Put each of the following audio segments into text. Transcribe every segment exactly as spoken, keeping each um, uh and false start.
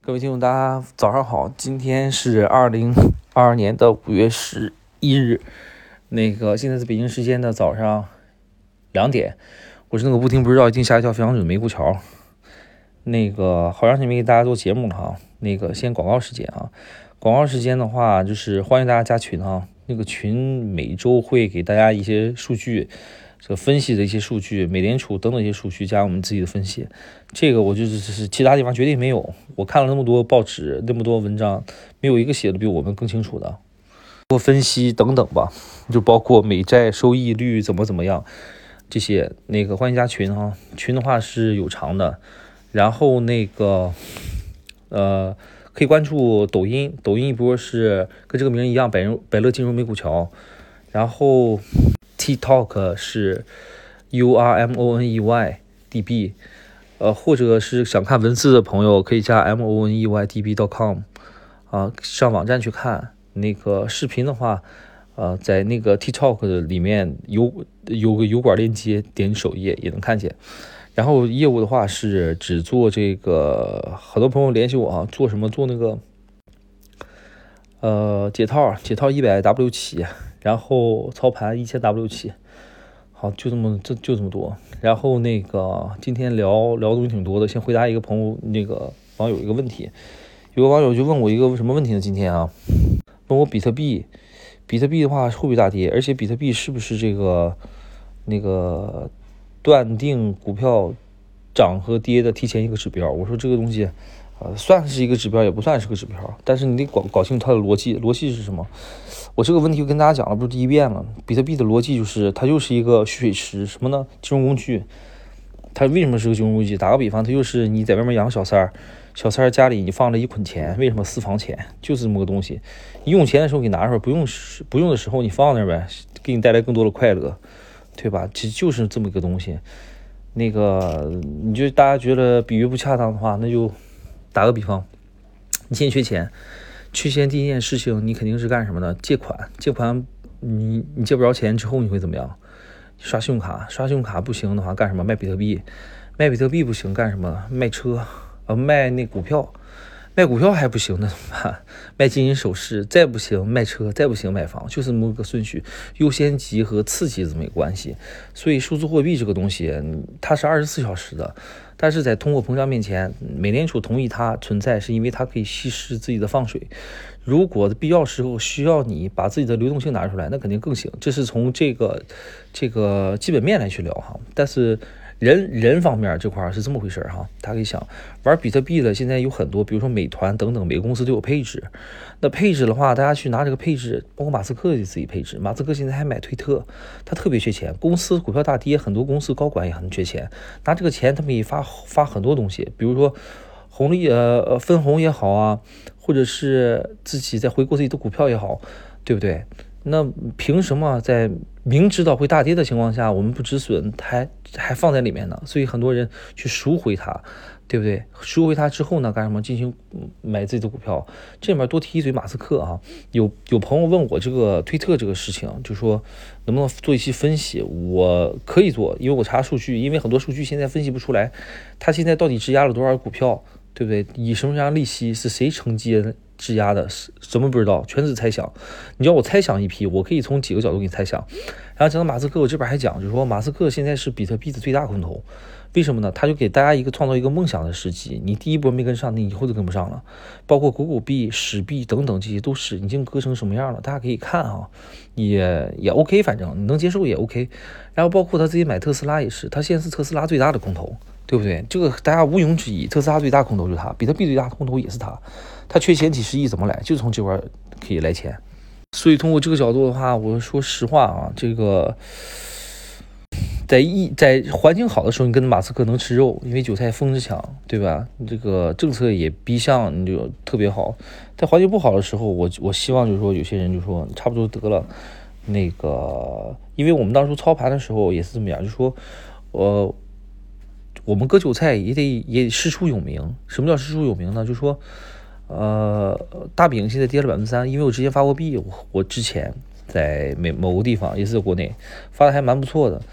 各位听众，大家早上好，今天是二零二二年的五月十一日，那个现在是北京时间的早上两点，我是那个不听不知道一定吓一跳非常准的梅谷桥。那个好长时间没给大家做节目了哈，那个先广告时间啊，广告时间的话就是欢迎大家加群哈，那个群每周会给大家一些数据。这个分析的一些数据，美联储等等一些数据加我们自己的分析，这个我就是是其他地方绝对没有。我看了那么多报纸，那么多文章，没有一个写的比我们更清楚的。做分析等等吧，就包括美债收益率怎么怎么样，这些那个欢迎加群哈。群的话是有偿的，然后那个呃可以关注抖音，抖音一波是跟这个名一样，百百乐金融美股桥，然后。TikTok 是 U R M O N E Y D B， 呃，或者是想看文字的朋友可以加 M O N E Y D B dot com 啊，上网站去看。那个视频的话，呃，在那个 TikTok 里面有有个油管链接，点首页也能看见。然后业务的话是只做这个，很多朋友联系我啊，做什么做那个呃解套，解套一百 W 起。然后操盘一千 W 起，好，就这么这就这么多。然后那个今天聊聊的东西挺多的，先回答一个朋友那个网友一个问题，有个网友就问我一个什么问题呢？今天啊，问我比特币，比特币的话会不会大跌？而且比特币是不是这个那个断定股票涨和跌的提前一个指标？我说这个东西。呃，算是一个指标，也不算是个指标，但是你得搞搞清楚它的逻辑，逻辑是什么？我这个问题就跟大家讲了，不是第一遍了。比特币的逻辑就是，它就是一个蓄水池，什么呢？金融工具。它为什么是个金融工具？打个比方，它就是你在外面养个小三儿，小三儿家里你放了一捆钱，为什么私房钱？就是这么个东西。你用钱的时候给拿出来，不用不用的时候你放那儿呗，给你带来更多的快乐，对吧？其实就是这么一个东西。那个，你就大家觉得比喻不恰当的话，那就。打个比方，你现在缺钱，缺钱第一件事情你肯定是干什么呢？借款，借款你你借不着钱之后你会怎么样？刷信用卡，刷信用卡不行的话干什么？卖比特币，卖比特币不行干什么？卖车，呃，卖那股票，卖股票还不行那怎么办？卖金银首饰，再不行卖车，再不行买房，就是这么个顺序，优先级和次级这么一个关系。所以数字货币这个东西它是二十四小时的。但是在通货膨胀面前，美联储同意它存在，是因为它可以稀释自己的放水。如果必要时候需要你把自己的流动性拿出来，那肯定更行。这是从这个这个基本面来去聊哈。但是人人方面这块是这么回事哈。大家可以想，玩比特币的现在有很多，比如说美团等等，每个公司都有配置。那配置的话，大家去拿这个配置，包括马斯克自己配置。马斯克现在还买推特，他特别缺钱，公司股票大跌，很多公司高管也很缺钱，拿这个钱他们可以发发很多东西，比如说红利呃分红也好啊，或者是自己在回购自己的股票也好，对不对？那凭什么在明知道会大跌的情况下，我们不止损，还还放在里面呢？所以很多人去赎回它，对不对？赎回它之后呢，干什么？进行买自己的股票。这里面多提一嘴马斯克啊，有有朋友问我这个推特这个事情，就说能不能做一期分析？我可以做，因为我查数据，因为很多数据现在分析不出来，他现在到底质押了多少股票，对不对？以什么样利息是谁承接质押的，什么不知道，全是猜想。你叫我猜想一批，我可以从几个角度给你猜想。然后讲到马斯克，我这边还讲，就是说马斯克现在是比特币的最大空头，为什么呢？他就给大家一个创造一个梦想的时机，你第一波没跟上，你以后就跟不上了。包括狗狗币、史币等等，这些都是已经割成什么样了，大家可以看啊，也也 OK， 反正你能接受也 OK。然后包括他自己买特斯拉也是，他现在是特斯拉最大的空头。对不对？这个大家毋庸置疑，特斯拉最大空头就是他，比特币最大空头也是他，他缺钱几十亿怎么来？就从这块可以来钱。所以通过这个角度的话，我说实话啊，这个在一在环境好的时候，你跟马斯克能吃肉，因为韭菜风之强，对吧？这个政策也逼向你就特别好。在环境不好的时候，我我希望就是说有些人就说差不多得了，那个因为我们当初操盘的时候也是这么样，就说我。呃我们割韭菜也得也师出有名。什么叫师出有名呢？就是说，呃，大饼现在跌了百分之三，因为我之前发过币，我我之前在美某个地方也是在国内发的还蛮不错的。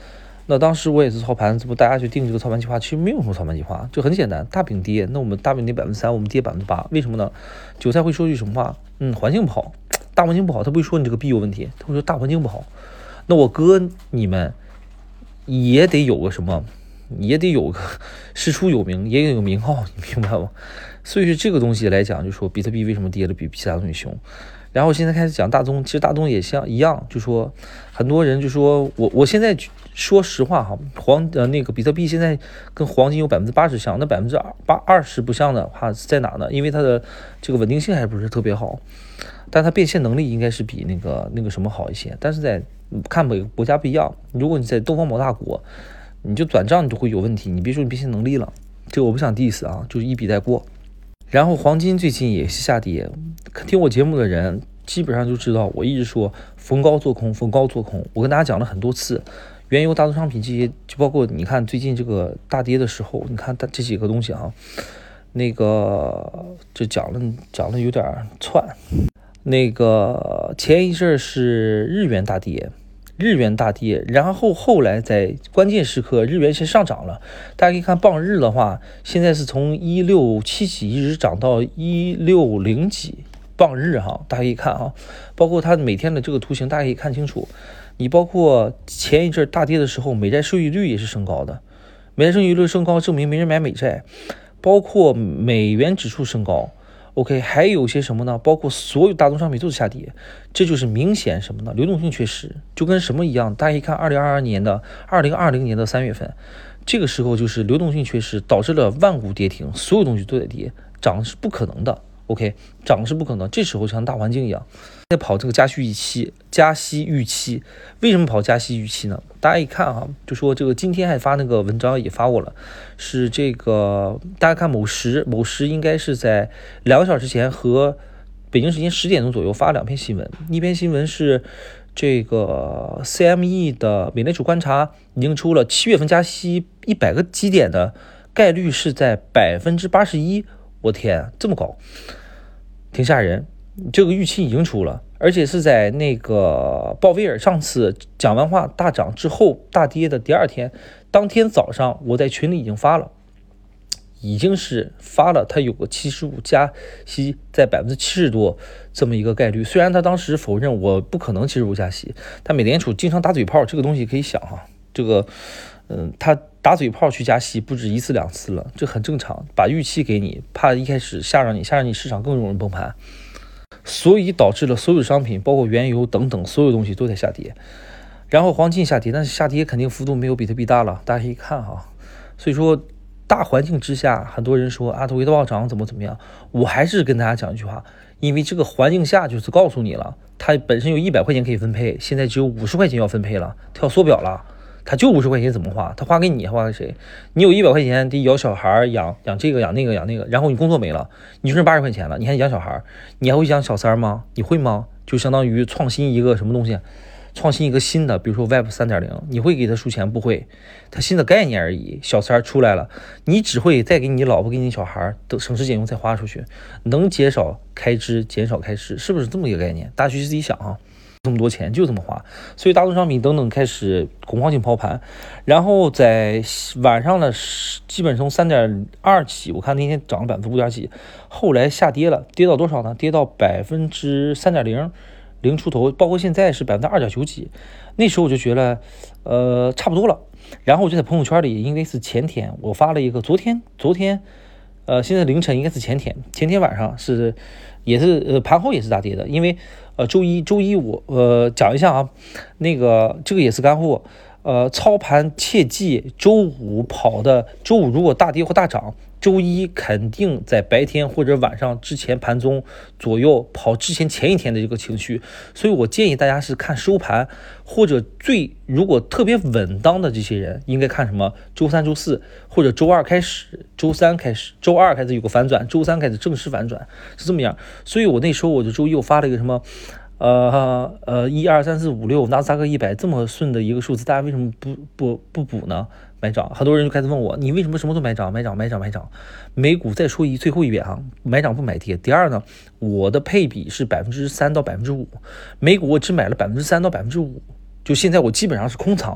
那当时我也是操盘，这不大家去定这个操盘计划，其实没有什么操盘计划，就很简单，大饼跌，那我们大饼跌百分之三，我们跌百分之八，为什么呢？韭菜会说句什么话？嗯，环境不好，大环境不好，他不会说你这个币有问题，他会说大环境不好。那我哥你们也得有个什么，也得有个师出有名，也有个名号，你明白吗？所以说这个东西来讲，就说比特币为什么跌的比其他东西凶。然后现在开始讲大宗，其实大宗也像一样，就说很多人就说我我现在说实话哈，黄呃那个比特币现在跟黄金有百分之八十像，那百分之八二十不像的话在哪呢？因为它的这个稳定性还不是特别好，但它变现能力应该是比那个那个什么好一些。但是在看每个国家不一样，如果你在东方某大国，你就转账你就会有问题，你别说你变现能力了，这个我不想 diss 啊，就是一笔带过。然后黄金最近也是下跌，听我节目的人基本上就知道，我一直说逢高做空，逢高做空。我跟大家讲了很多次，原油、大宗商品这些，就包括你看最近这个大跌的时候，你看这几个东西啊，那个就讲了讲了有点串。那个前一阵是日元大跌。日元大跌，然后后来在关键时刻日元先上涨了，大家可以看磅日的话，现在是从一六七几一直涨到一六零几磅日哈，大家可以看啊，包括它每天的这个图形大家可以看清楚，你包括前一阵大跌的时候美债收益率也是升高的，美债收益率升高证明没人买美债，包括美元指数升高，OK， 还有些什么呢？包括所有大宗商品都是下跌，这就是明显什么呢？流动性缺失，就跟什么一样？大家一看，二零二二年的二零二零年的三月份，这个时候就是流动性缺失，导致了万股跌停，所有东西都在跌，涨是不可能的。OK， 涨是不可能，这时候像大环境一样，在跑这个加息预期，加息预期，为什么跑加息预期呢？大家一看哈，就说这个今天还发那个文章也发过了，是这个大家看某时，某时应该是在两个小时前和北京时间十点钟左右发两篇新闻，一篇新闻是这个 C M E 的美联储观察已经出了七月份加息一百个基点的概率是在百分之八十一。我天，这么高，挺吓人。这个预期已经出了，而且是在那个鲍威尔上次讲完话大涨之后大跌的第二天，当天早上我在群里已经发了，已经是发了，它有个七十五加息在百分之七十多这么一个概率。虽然他当时否认我不可能七十五加息，但美联储经常打嘴炮，这个东西可以想哈，这个嗯，他打嘴炮去加息不止一次两次了，这很正常。把预期给你，怕一开始吓让你，吓让你市场更容易崩盘，所以导致了所有商品，包括原油等等所有东西都在下跌。然后黄金下跌，但是下跌肯定幅度没有比特币大了，大家可以看哈。所以说大环境之下，很多人说啊，它回头暴涨怎么怎么样，我还是跟大家讲一句话，因为这个环境下就是告诉你了，它本身有一百块钱可以分配，现在只有五十块钱要分配了，它要缩表了。他就五十块钱怎么花？他花给你，还花给谁？你有一百块钱得养小孩，养养这个养那个养那个，然后你工作没了，你剩八十块钱了，你还养小孩，你还会养小三吗？你会吗？就相当于创新一个什么东西，创新一个新的，比如说 Web 三点零， 你会给他输钱？不会，他新的概念而已。小三出来了，你只会再给你老婆给你小孩都省吃俭用再花出去，能减少开支减少开支，是不是这么一个概念？大家去自己想啊。这么多钱就这么花，所以大宗商品等等开始恐慌性抛盘，然后在晚上呢，基本从三点二起，我看那天涨了百分之五点几，后来下跌了，跌到多少呢？跌到百分之三点零零出头，包括现在是百分之二点九几。那时候我就觉得，呃，差不多了。然后我就在朋友圈里，应该是前天我发了一个，昨天昨天，呃，现在凌晨应该是前天，前天晚上是也是呃盘后也是大跌的，因为。呃，周一周一我呃讲一下啊，那个这个也是干货，呃，操盘切记周五跑的，周五如果大跌或大涨，周一肯定在白天或者晚上之前盘中左右跑之前前一天的这个情绪，所以我建议大家是看收盘，或者最如果特别稳当的这些人应该看什么？周三、周四或者周二开始，周三开始，周二开始有个反转，周三开始正式反转，是这么样。所以我那时候我就周一我发了一个什么？呃呃，一二三四五六，纳斯达克一百这么顺的一个数字，大家为什么不不不补呢？买涨，很多人就开始问我，你为什么什么都买涨？买涨，买涨，买涨。美股再说一最后一遍啊，买涨不买跌。第二呢，我的配比是百分之三到百分之五，美股我只买了百分之三到百分之五，就现在我基本上是空仓，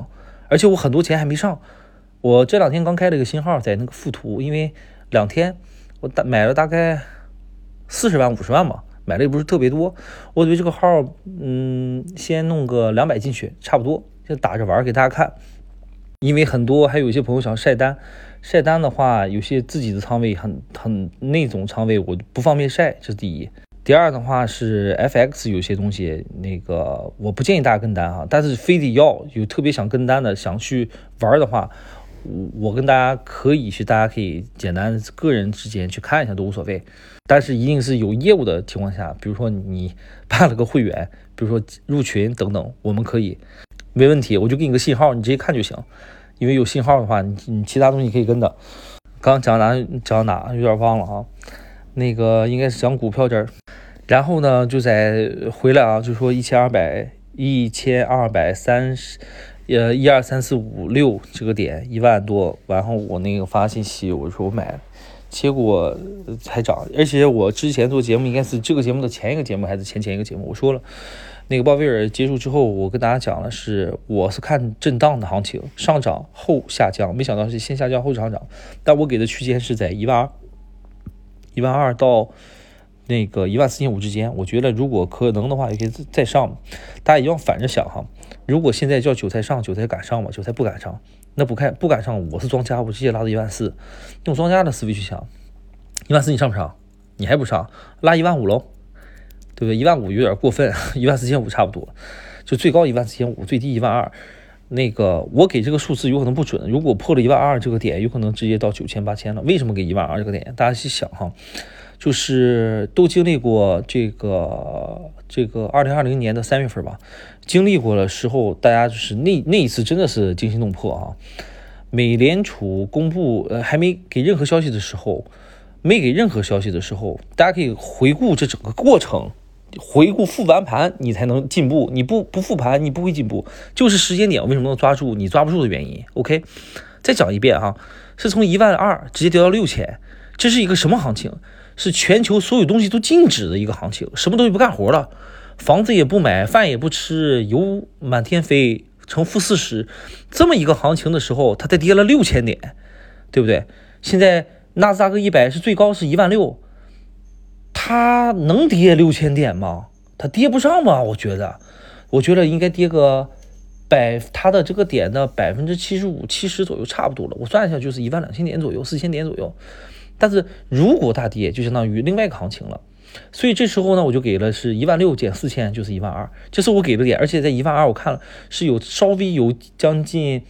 而且我很多钱还没上。我这两天刚开了一个新号，在那个富途，因为两天我大买了大概四十万五十万嘛，买的也不是特别多。我对这个号，嗯，先弄个两百进去，差不多就打着玩给大家看。因为很多还有一些朋友想晒单，晒单的话，有些自己的仓位很很那种仓位我不方便晒，这是第一。第二的话是 F X 有些东西，那个我不建议大家跟单哈，但是非得要有特别想跟单的，想去玩的话，我跟大家可以去，大家可以简单个人之间去看一下都无所谓，但是一定是有业务的情况下，比如说你办了个会员，比如说入群等等，我们可以没问题，我就给你个信号，你直接看就行，因为有信号的话，你你其他东西可以跟的。刚刚讲哪讲哪有点忘了啊，那个应该是讲股票这儿，然后呢就再回来啊，就说一千二百一千二百三十。呃，一二三四五六这个点一万多，然后我那个发信息，我说我买，结果才涨，而且我之前做节目应该是这个节目的前一个节目还是前前一个节目，我说了，那个鲍威尔结束之后，我跟大家讲了是我是看震荡的行情，上涨后下降，没想到是先下降后上涨，但我给的区间是在一万二，一万二到那个一万四千五之间，我觉得如果可能的话，也可以再上，大家也要反着想哈。如果现在叫韭菜上，韭菜敢上吗？韭菜不敢上，那不看不敢上，我是庄家，我直接拉到一万四，用庄家的思维去想，一万四你上不上？你还不上，拉一万五喽，对不对？一万五有点过分，一万四千五差不多，就最高一万四千五，最低一万二。那个我给这个数字有可能不准，如果破了一万二这个点，有可能直接到九千八千了。为什么给一万二这个点？大家去想哈。就是都经历过这个这个二零二零年的三月份吧，经历过了时候，大家就是那那一次真的是惊心动魄啊！美联储公布呃还没给任何消息的时候，没给任何消息的时候，大家可以回顾这整个过程，回顾复完盘你才能进步，你不不复盘你不会进步，就是时间点为什么能抓住你抓不住的原因。OK， 再讲一遍哈，是从一万二直接跌到六千，这是一个什么行情？是全球所有东西都静止的一个行情，什么东西不干活了，房子也不买，饭也不吃，油满天飞，成负四十，这么一个行情的时候，它才跌了六千点，对不对？现在纳斯达克一百是最高是一万六，它能跌六千点吗？它跌不上吗？我觉得，我觉得应该跌个百，它的这个点的百分之七十五、七十左右差不多了。我算一下，就是一万两千点左右，四千点左右。但是如果大跌，就相当于另外一个行情了。所以这时候呢，我就给了是一万六减四千，就是一万二，这是我给的点。而且在一万二，我看了是有稍微有将近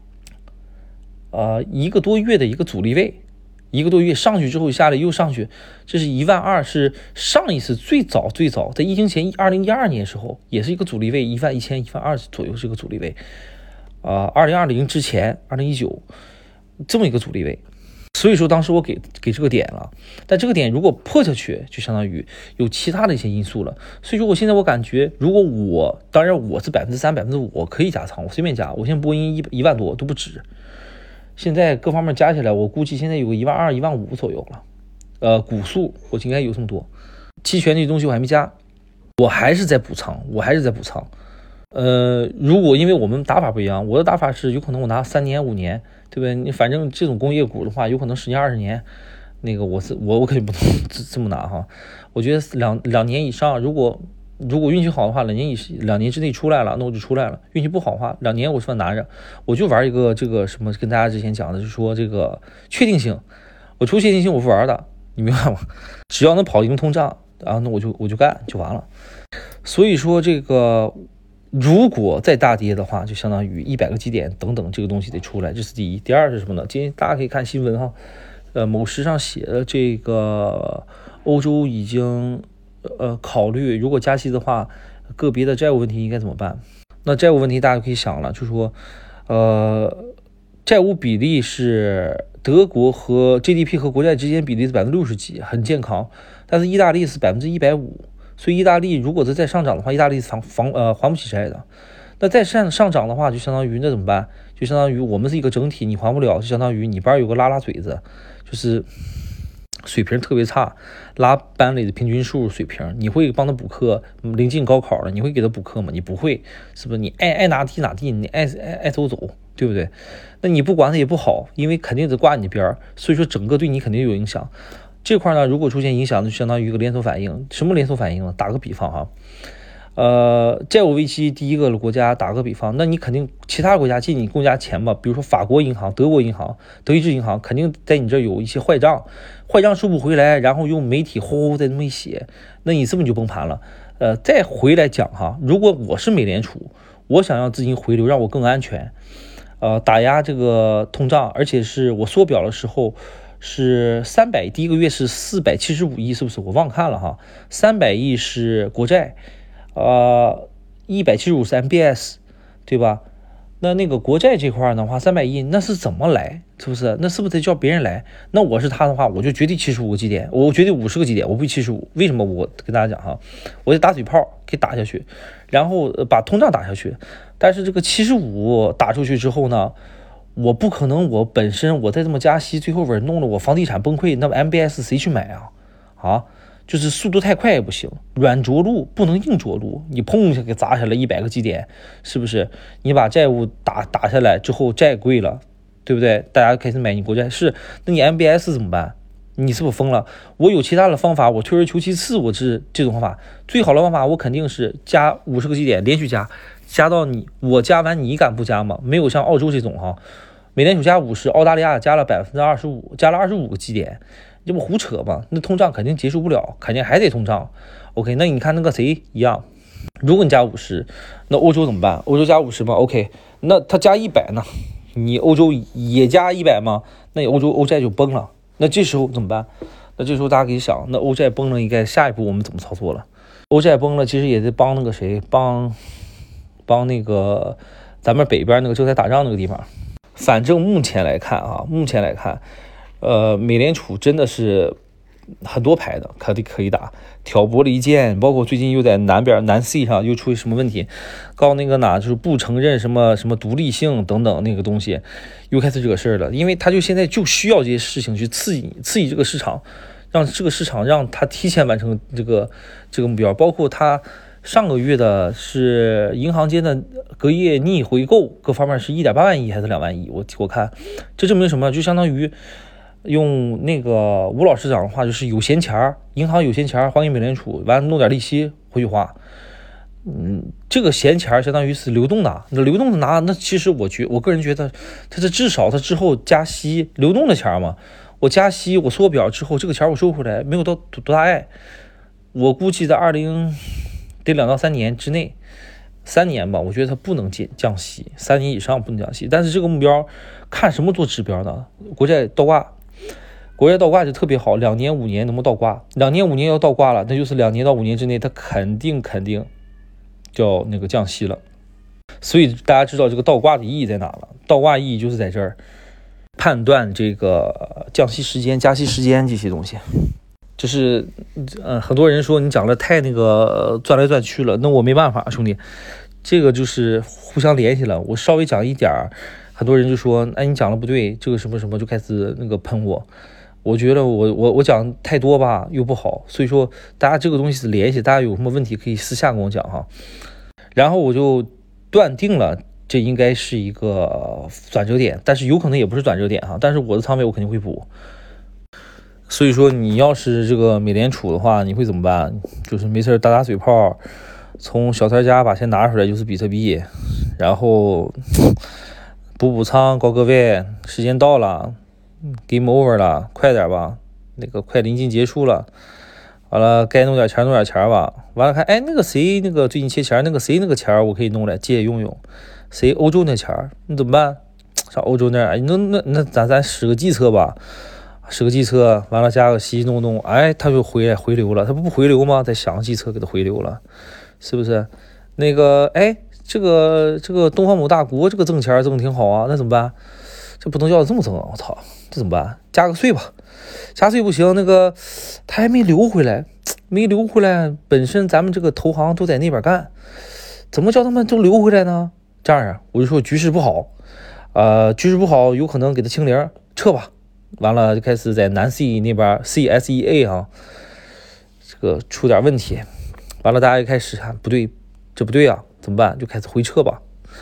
呃一个多月的一个阻力位，一个多月上去之后下来又上去，这是一万二，是上一次最早最早在疫情前二零一二年时候也是一个阻力位，一万一千、一万二左右是个阻力位。啊、呃，二零二零之前，二零一九这么一个阻力位。所以说当时我给给这个点了，但这个点如果破下去，就相当于有其他的一些因素了。所以说我现在我感觉，如果我当然我是百分之三、百分之五，我可以加仓，我随便加，我现在波音一一万多都不止。现在各方面加起来，我估计现在有个一万二、一万五左右了。呃，股数我应该有这么多，期权这些东西我还没加，我还是在补仓，我还是在补仓。呃，如果因为我们打法不一样，我的打法是有可能我拿三年、五年。对不对？你反正这种工业股的话，有可能十年、二十年，那个我是我我肯定不能这这么拿哈。我觉得两两年以上，如果如果运气好的话，两年以两年之内出来了，那我就出来了。运气不好的话，两年我算拿着，我就玩一个这个什么，跟大家之前讲的，就是说这个确定性，我出确定性我不玩的，你明白吗？只要能跑赢通胀，然后那我就我就干就完了。所以说这个。如果再大跌的话，就相当于一百个基点等等，这个东西得出来，这是第一。第二是什么呢？今天大家可以看新闻哈，呃，某时上写的这个欧洲已经呃考虑，如果加息的话，个别的债务问题应该怎么办？那债务问题大家可以想了，就是说，呃，债务比例是德国和 G D P 和国债之间比例是百分之六十几，很健康，但是意大利是百分之一百五。所以意大利如果是再上涨的话，意大利是房房呃还不起债的。那再上上涨的话，就相当于那怎么办？就相当于我们是一个整体，你还不了，就相当于你班有个拉拉嘴子，就是水平特别差，拉班里的平均数水平，你会帮他补课？临近高考了，你会给他补课吗？你不会，是不是？你爱爱哪地哪地，你爱爱爱走走， 对不对？那你不管它也不好，因为肯定得挂你边儿，所以说整个对你肯定有影响。这块呢，如果出现影响，就相当于一个连锁反应。什么连锁反应呢？打个比方哈，呃，债务危机第一个国家，打个比方，那你肯定其他国家借你国家钱嘛，比如说法国银行、德国银行、德意志银行，肯定在你这有一些坏账，坏账收不回来，然后用媒体呼呼再这么一写，那你是不是就崩盘了？呃，再回来讲哈，如果我是美联储，我想要资金回流，让我更安全，呃，打压这个通胀，而且是我缩表的时候是三百，第一个月是四百七十五亿，是不是？我忘看了哈，三百亿是国债。呃，一百七十五是 M B S， 对吧？那那个国债这块的话，三百亿那是怎么来？是不是？那是不是得叫别人来？那我是他的话，我就绝对七十五个基点，我绝对五十个基点，我不七十五。为什么？我跟大家讲哈，我得打嘴炮给打下去，然后把通胀打下去。但是这个七十五打出去之后呢，我不可能，我本身我再这么加息，最后尾弄得我房地产崩溃，那么 M B S 谁去买啊？啊？就是速度太快也不行，软着陆不能硬着陆，你砰一下给砸下来一百个基点，是不是？你把债务打打下来之后，债贵了，对不对？大家开始买你国债，是，那你 M B S 怎么办？你是不是疯了？我有其他的方法，我退而求其次，我是这种方法，最好的方法我肯定是加五十个基点，连续加，加到你我加完你敢不加吗？没有像澳洲这种哈，美联储加五十，澳大利亚加了百分之二十五，加了二十五个基点。这不胡扯吗？那通胀肯定结束不了，肯定还得通胀。OK， 那你看那个谁一样，如果你加五十，那欧洲怎么办？欧洲加五十吗 ？OK， 那他加一百呢？你欧洲也加一百吗？那欧洲欧债就崩了。那这时候怎么办？那这时候大家可以想，那欧债崩了，应该下一步我们怎么操作了？欧债崩了，其实也得帮那个谁，帮帮那个咱们北边那个正在打仗那个地方。反正目前来看啊，目前来看。呃，美联储真的是很多牌的，可以可以打，挑拨离间，包括最近又在南边南 C 上又出什么问题，告那个哪就是不承认什么什么独立性等等那个东西，又开始惹事了。因为他就现在就需要这些事情去刺激刺激这个市场，让这个市场让他提前完成这个这个目标，包括他上个月的是银行间的隔夜逆回购各方面是一点八万亿还是两万亿，我我看这证明什么？就相当于。用那个吴老师讲的话，就是有闲钱，银行有闲钱还给美联储，完弄点利息回去花。嗯，这个闲钱相当于是流动的，那流动的拿，那其实我觉我个人觉得，它是至少它之后加息流动的钱嘛，我加息我缩表之后，这个钱我收回来没有到多大碍，我估计在二零得两到三年之内，三年吧，我觉得它不能降降息，三年以上不能降息。但是这个目标看什么做指标呢？国债倒挂。国债倒挂就特别好，两年五年能不能倒挂？两年五年要倒挂了，那就是两年到五年之内，它肯定肯定叫那个降息了。所以大家知道这个倒挂的意义在哪了？倒挂意义就是在这儿判断这个降息时间、加息时间这些东西。就是呃，很多人说你讲的太那个转来转去了，那我没办法，兄弟，这个就是互相联系了。我稍微讲一点儿，很多人就说，哎，你讲的不对，这个什么什么就开始那个喷我。我觉得我我我讲太多吧又不好，所以说大家这个东西是联系，大家有什么问题可以私下跟我讲哈。然后我就断定了这应该是一个转折点，但是有可能也不是转折点哈。但是我的仓位我肯定会补。所以说你要是这个美联储的话，你会怎么办？就是没事打打嘴炮，从小三家把钱拿出来就是比特币，然后补补仓，告各位时间到了。Game over 了，快点吧，那个快临近结束了，完了该弄点钱弄点钱吧，完了看哎那个谁那个最近缺钱那个谁那个钱我可以弄来借用用，谁欧洲那钱你怎么办？上欧洲那儿，那那那咱咱使个计策吧，使个计策，完了加个息弄弄，哎他就回来回流了，他不不回流吗？再想个计策给他回流了，是不是？那个哎这个这个东方某大国这个挣钱挣的挺好啊，那怎么办？这不能要这么挣啊！我操，这怎么办？加个税吧，加税不行，那个他还没流回来，没流回来，本身咱们这个投行都在那边干，怎么叫他们都流回来呢？这样啊，我就说局势不好，呃，局势不好，有可能给他清零，撤吧。完了就开始在南 C 那边 C S E A 啊，这个出点问题，完了大家就开始看不对，这不对啊，怎么办？就开始回撤吧。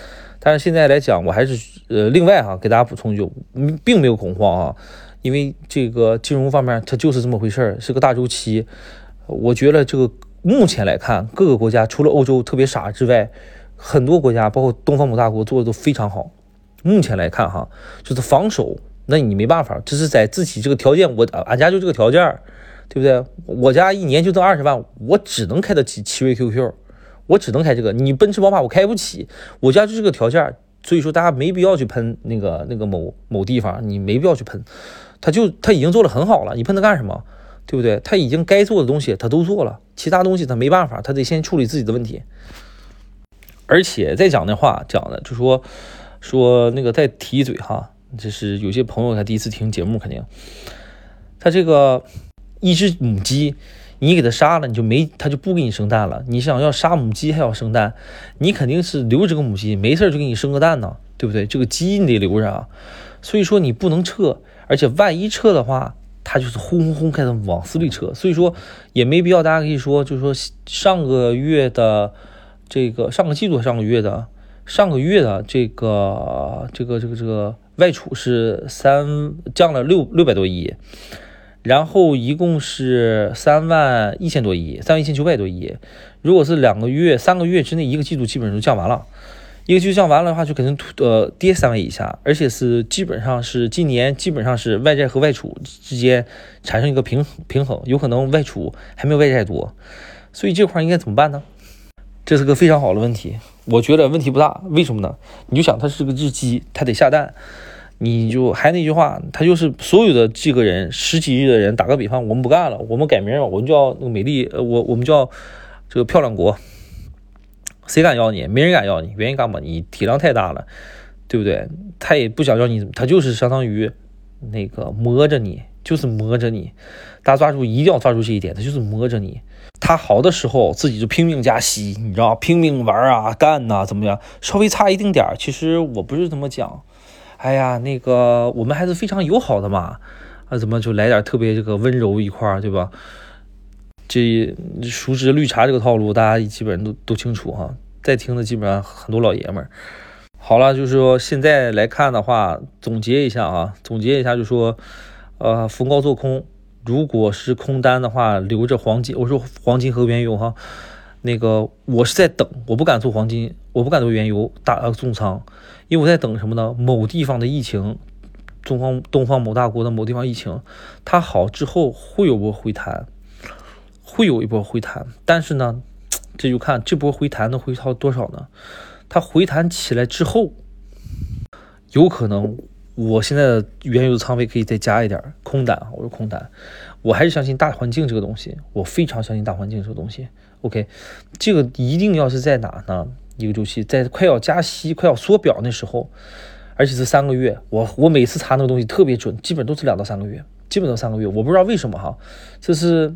但是现在来讲，我还是呃另外哈给大家补充一句，并没有恐慌啊，因为这个金融方面它就是这么回事儿，是个大周期。我觉得这个目前来看，各个国家除了欧洲特别傻之外，很多国家包括东方某大国做的都非常好。目前来看哈，就是防守，那你没办法，这是在自己这个条件，我俺家就这个条件，对不对？我家一年就挣二十万，我只能开得起奇瑞 Q Q， 我只能开这个。你奔驰宝马我开不起，我家就这个条件，所以说大家没必要去喷那个那个某某地方，你没必要去喷，他就他已经做得很好了，你喷他干什么？对不对？他已经该做的东西他都做了，其他东西他没办法，他得先处理自己的问题。而且再讲的话讲的就说说那个再提一嘴哈，这是有些朋友他第一次听节目，肯定他这个一只母鸡你给它杀了，你就没它就不给你生蛋了。你想要杀母鸡还要生蛋，你肯定是留着这个母鸡，没事就给你生个蛋呢，对不对？这个鸡你得留着啊，所以说你不能撤，而且万一撤的话，它就是轰轰轰开始往死里撤，所以说也没必要。大家可以说，就是说上个月的这个上个季度上个月的上个月的这个这个这个这个外储是三降了六六百多亿，然后一共是三万一千多亿，三万一千九百多亿。如果是两个月三个月之内一个季度基本上就降完了。一个季度降完了的话，就肯定呃跌三万以下，而且是基本上是今年基本上是外债和外储之间产生一个平衡平衡，有可能外储还没有外债多，所以这块应该怎么办呢？这是个非常好的问题，我觉得问题不大。为什么呢？你就想它是个日鸡，它得下蛋，你就还那句话，它就是所有的这个人十几亿的人，打个比方，我们不干了，我们改名了，我们叫那个美丽，我我们叫这个漂亮国。谁敢要你？没人敢要你，原因干嘛？你体量太大了，对不对？他也不想要你，他就是相当于那个磨着你，就是磨着你。大家抓住，一定要抓住这一点，他就是磨着你。他好的时候自己就拼命加息，你知道，拼命玩啊，干呐、啊，怎么样？稍微差一丁点儿，其实我不是这么讲。哎呀，那个我们还是非常友好的嘛，啊，怎么就来点特别这个温柔一块儿，对吧？这熟知绿茶这个套路，大家基本上都都清楚哈。在听的基本上很多老爷们儿。好了，就是说现在来看的话，总结一下啊，总结一下，就说，呃，逢高做空，如果是空单的话，留着黄金。我说黄金和原油哈，那个我是在等，我不敢做黄金，我不敢做原油大呃重仓，因为我在等什么呢？某地方的疫情，东方东方某大国的某地方疫情，它好之后会有波回弹。会有一波回弹，但是呢，这就看这波回弹能回到多少呢？它回弹起来之后，有可能我现在的原油的仓位可以再加一点空单啊，我是空单，我还是相信大环境这个东西，我非常相信大环境这个东西。OK， 这个一定要是在哪呢？一个周期在快要加息、快要缩表那时候，而且是三个月，我我每次查那个东西特别准，基本都是两到三个月，基本都三个月，我不知道为什么哈，这是。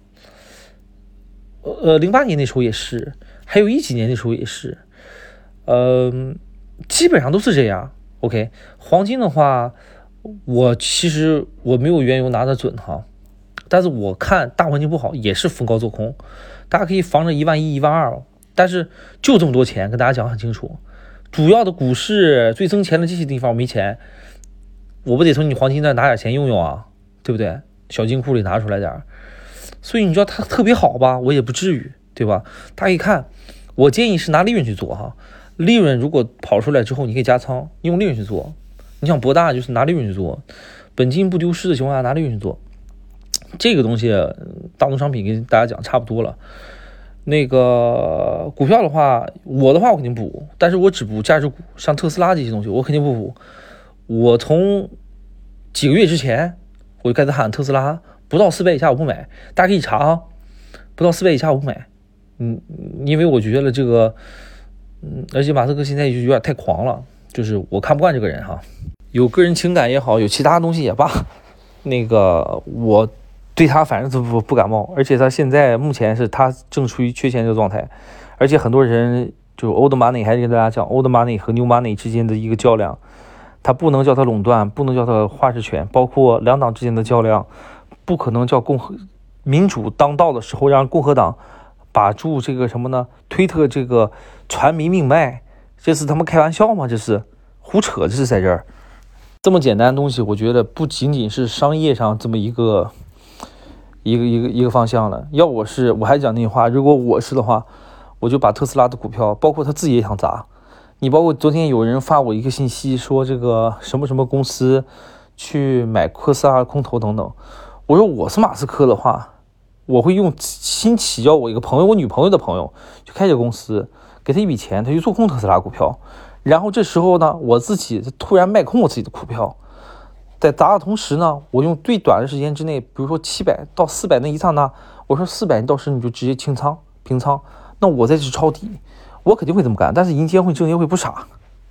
呃，零八年那时候也是，还有一几年那时候也是，呃，基本上都是这样。OK， 黄金的话，我其实我没有原油拿得准哈，但是我看大环境不好，也是逢高做空，大家可以防着一万一、一万二，但是就这么多钱，跟大家讲很清楚。主要的股市最挣钱的这些地方我没钱，我不得从你黄金那拿点钱用用啊，对不对？小金库里拿出来点。所以你知道它特别好吧，我也不至于，对吧？大家一看，我建议是拿利润去做哈，利润如果跑出来之后，你可以加仓，用利润去做。你想博大就是拿利润去做，本金不丢失的情况下拿利润去做。这个东西大宗商品跟大家讲差不多了。那个股票的话，我的话我肯定补，但是我只补价值股，像特斯拉这些东西我肯定不补。我从几个月之前我就开始喊特斯拉。不到四百以下我不买，大家可以查啊，不到四百以下我不买，嗯，因为我觉得这个，嗯，而且马斯克现在就有点太狂了，就是我看不惯这个人哈，有个人情感也好，有其他东西也罢，那个我对他反正都不不感冒，而且他现在目前是他正处于缺钱的状态，而且很多人就是 old money， 还是跟大家讲 old money 和 new money 之间的一个较量，他不能叫他垄断，不能叫他话事权，包括两党之间的较量。不可能叫共和民主当道的时候让共和党把住这个什么呢？推特这个传媒命脉， 这是他们开玩笑吗？这是胡扯，这是在这儿。这么简单的东西，我觉得不仅仅是商业上这么一个一个一个一个方向了。要我是，我还讲那句话，如果我是的话，我就把特斯拉的股票，包括他自己也想砸。你包括昨天有人发我一个信息，说这个什么什么公司去买特斯拉空头等等。我说我是马斯克的话，我会用新起叫我一个朋友，我女朋友的朋友去开这个公司，给他一笔钱，他去做空特斯拉股票。然后这时候呢，我自己突然卖空我自己的股票，在砸的同时呢，我用最短的时间之内，比如说七百到四百那一刹那，我说四百到时你就直接清仓平仓，那我再去抄底，我肯定会这么干。但是银监会证监会不傻，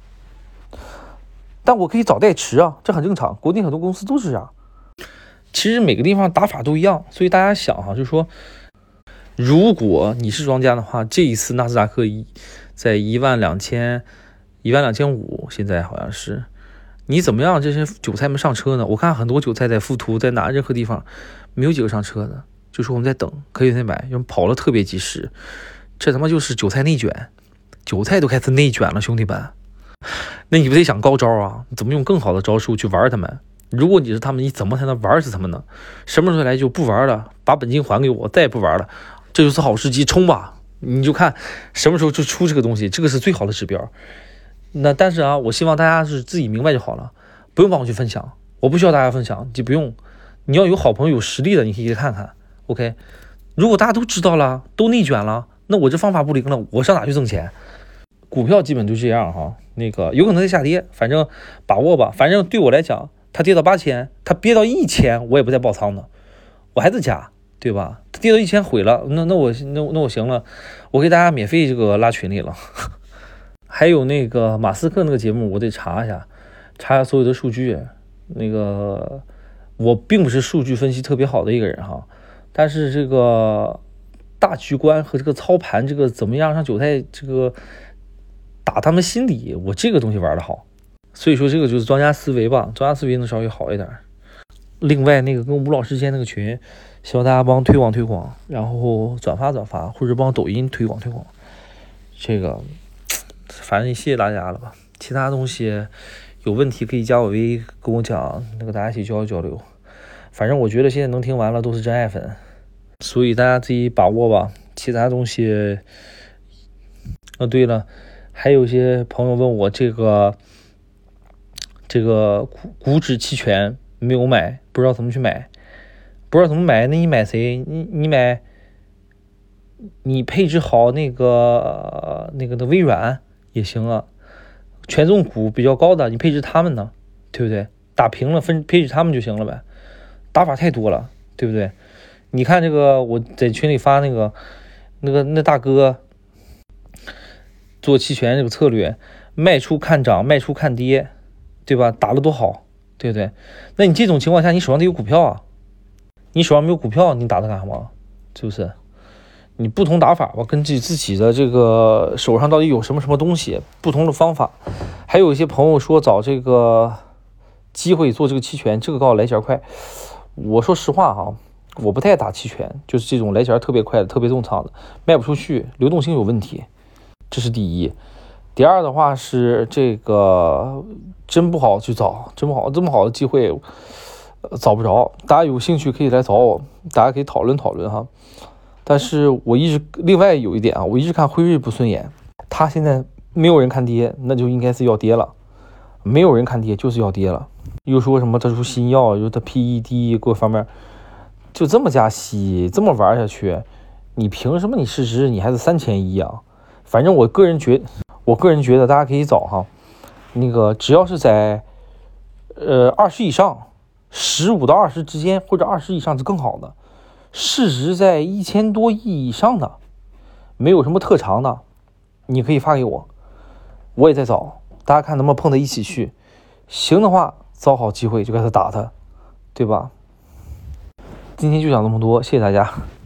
但我可以找代持啊，这很正常，国内很多公司都是这样。其实每个地方打法都一样，所以大家想哈，就是说，如果你是庄家的话，这一次纳斯达克在一万两千。一万两千五，现在好像是，你怎么样？这些韭菜们上车呢？我看很多韭菜在富途，在哪任何地方，没有几个上车的，就说我们在等，可以再买，因为跑了特别及时。这他妈就是韭菜内卷，韭菜都开始内卷了，兄弟们。那你不得想高招啊？你怎么用更好的招数去玩他们？如果你是他们，你怎么才能玩死他们呢？什么时候来就不玩了，把本金还给我，再也不玩了，这就是好时机，冲吧！你就看什么时候就出这个东西，这个是最好的指标。那但是啊，我希望大家是自己明白就好了，不用帮我去分享，我不需要大家分享，你不用，你要有好朋友有实力的，你可以看看 ，OK。如果大家都知道了，都内卷了，那我这方法不灵了，我上哪去挣钱？股票基本就这样哈，那个有可能在下跌，反正把握吧，反正对我来讲，它跌到八千，它跌到一千，我也不再爆仓的，我还在加，对吧？它跌到一千毁了，那那我那那我行了，我给大家免费这个拉群里了。还有那个马斯克那个节目，我得查一下，查一下所有的数据。那个我并不是数据分析特别好的一个人哈，但是这个大局观和这个操盘，这个怎么样让韭菜这个打他们心理，我这个东西玩得好。所以说这个就是庄家思维吧，庄家思维能稍微好一点。另外那个跟吴老师之间那个群，希望大家帮推广推广，然后转发转发，或者帮抖音推广推广。这个。反正谢谢大家了吧，其他东西有问题可以加我微跟我讲，那个大家一起交流交流。反正我觉得现在能听完了都是真爱粉，所以大家自己把握吧。其他东西，啊对了，还有一些朋友问我这个这个股股指期权没有买，不知道怎么去买，不知道怎么买，那你买谁？你你买你配置好那个那个的微软。也行啊，权重股比较高的，你配置他们呢，对不对？打平了分配置他们就行了呗，打法太多了，对不对？你看这个我在群里发那个那个那大哥做期权这个策略，卖出看涨，卖出看跌，对吧？打得多好，对不对？那你这种情况下，你手上得有股票啊，你手上没有股票，你打它干什么？是不是？你不同打法吧，根据自己的这个手上到底有什么什么东西，不同的方法。还有一些朋友说找这个机会做这个期权，这个告来钱快。我说实话哈，我不太打期权，就是这种来钱特别快的、特别重仓的，卖不出去，流动性有问题，这是第一。第二的话是这个真不好去找，真不好，这么好的机会、呃、找不着。大家有兴趣可以来找我，大家可以讨论讨论哈。但是我一直另外有一点啊，我一直看辉瑞不顺眼，他现在没有人看跌，那就应该是要跌了，没有人看跌就是要跌了。又说什么这出新药，又它 P E D 各方面，就这么加息，这么玩下去，你凭什么你市值你还是三千亿啊？反正我个人觉，我个人觉得大家可以找哈，那个只要是在呃二十以上，十五到二十之间，或者二十以上是更好的。市值在一千多亿以上的，没有什么特长的，你可以发给我，我也在找，大家看能不能碰到一起去，行的话，找好机会就开始打它，对吧？今天就讲这么多，谢谢大家。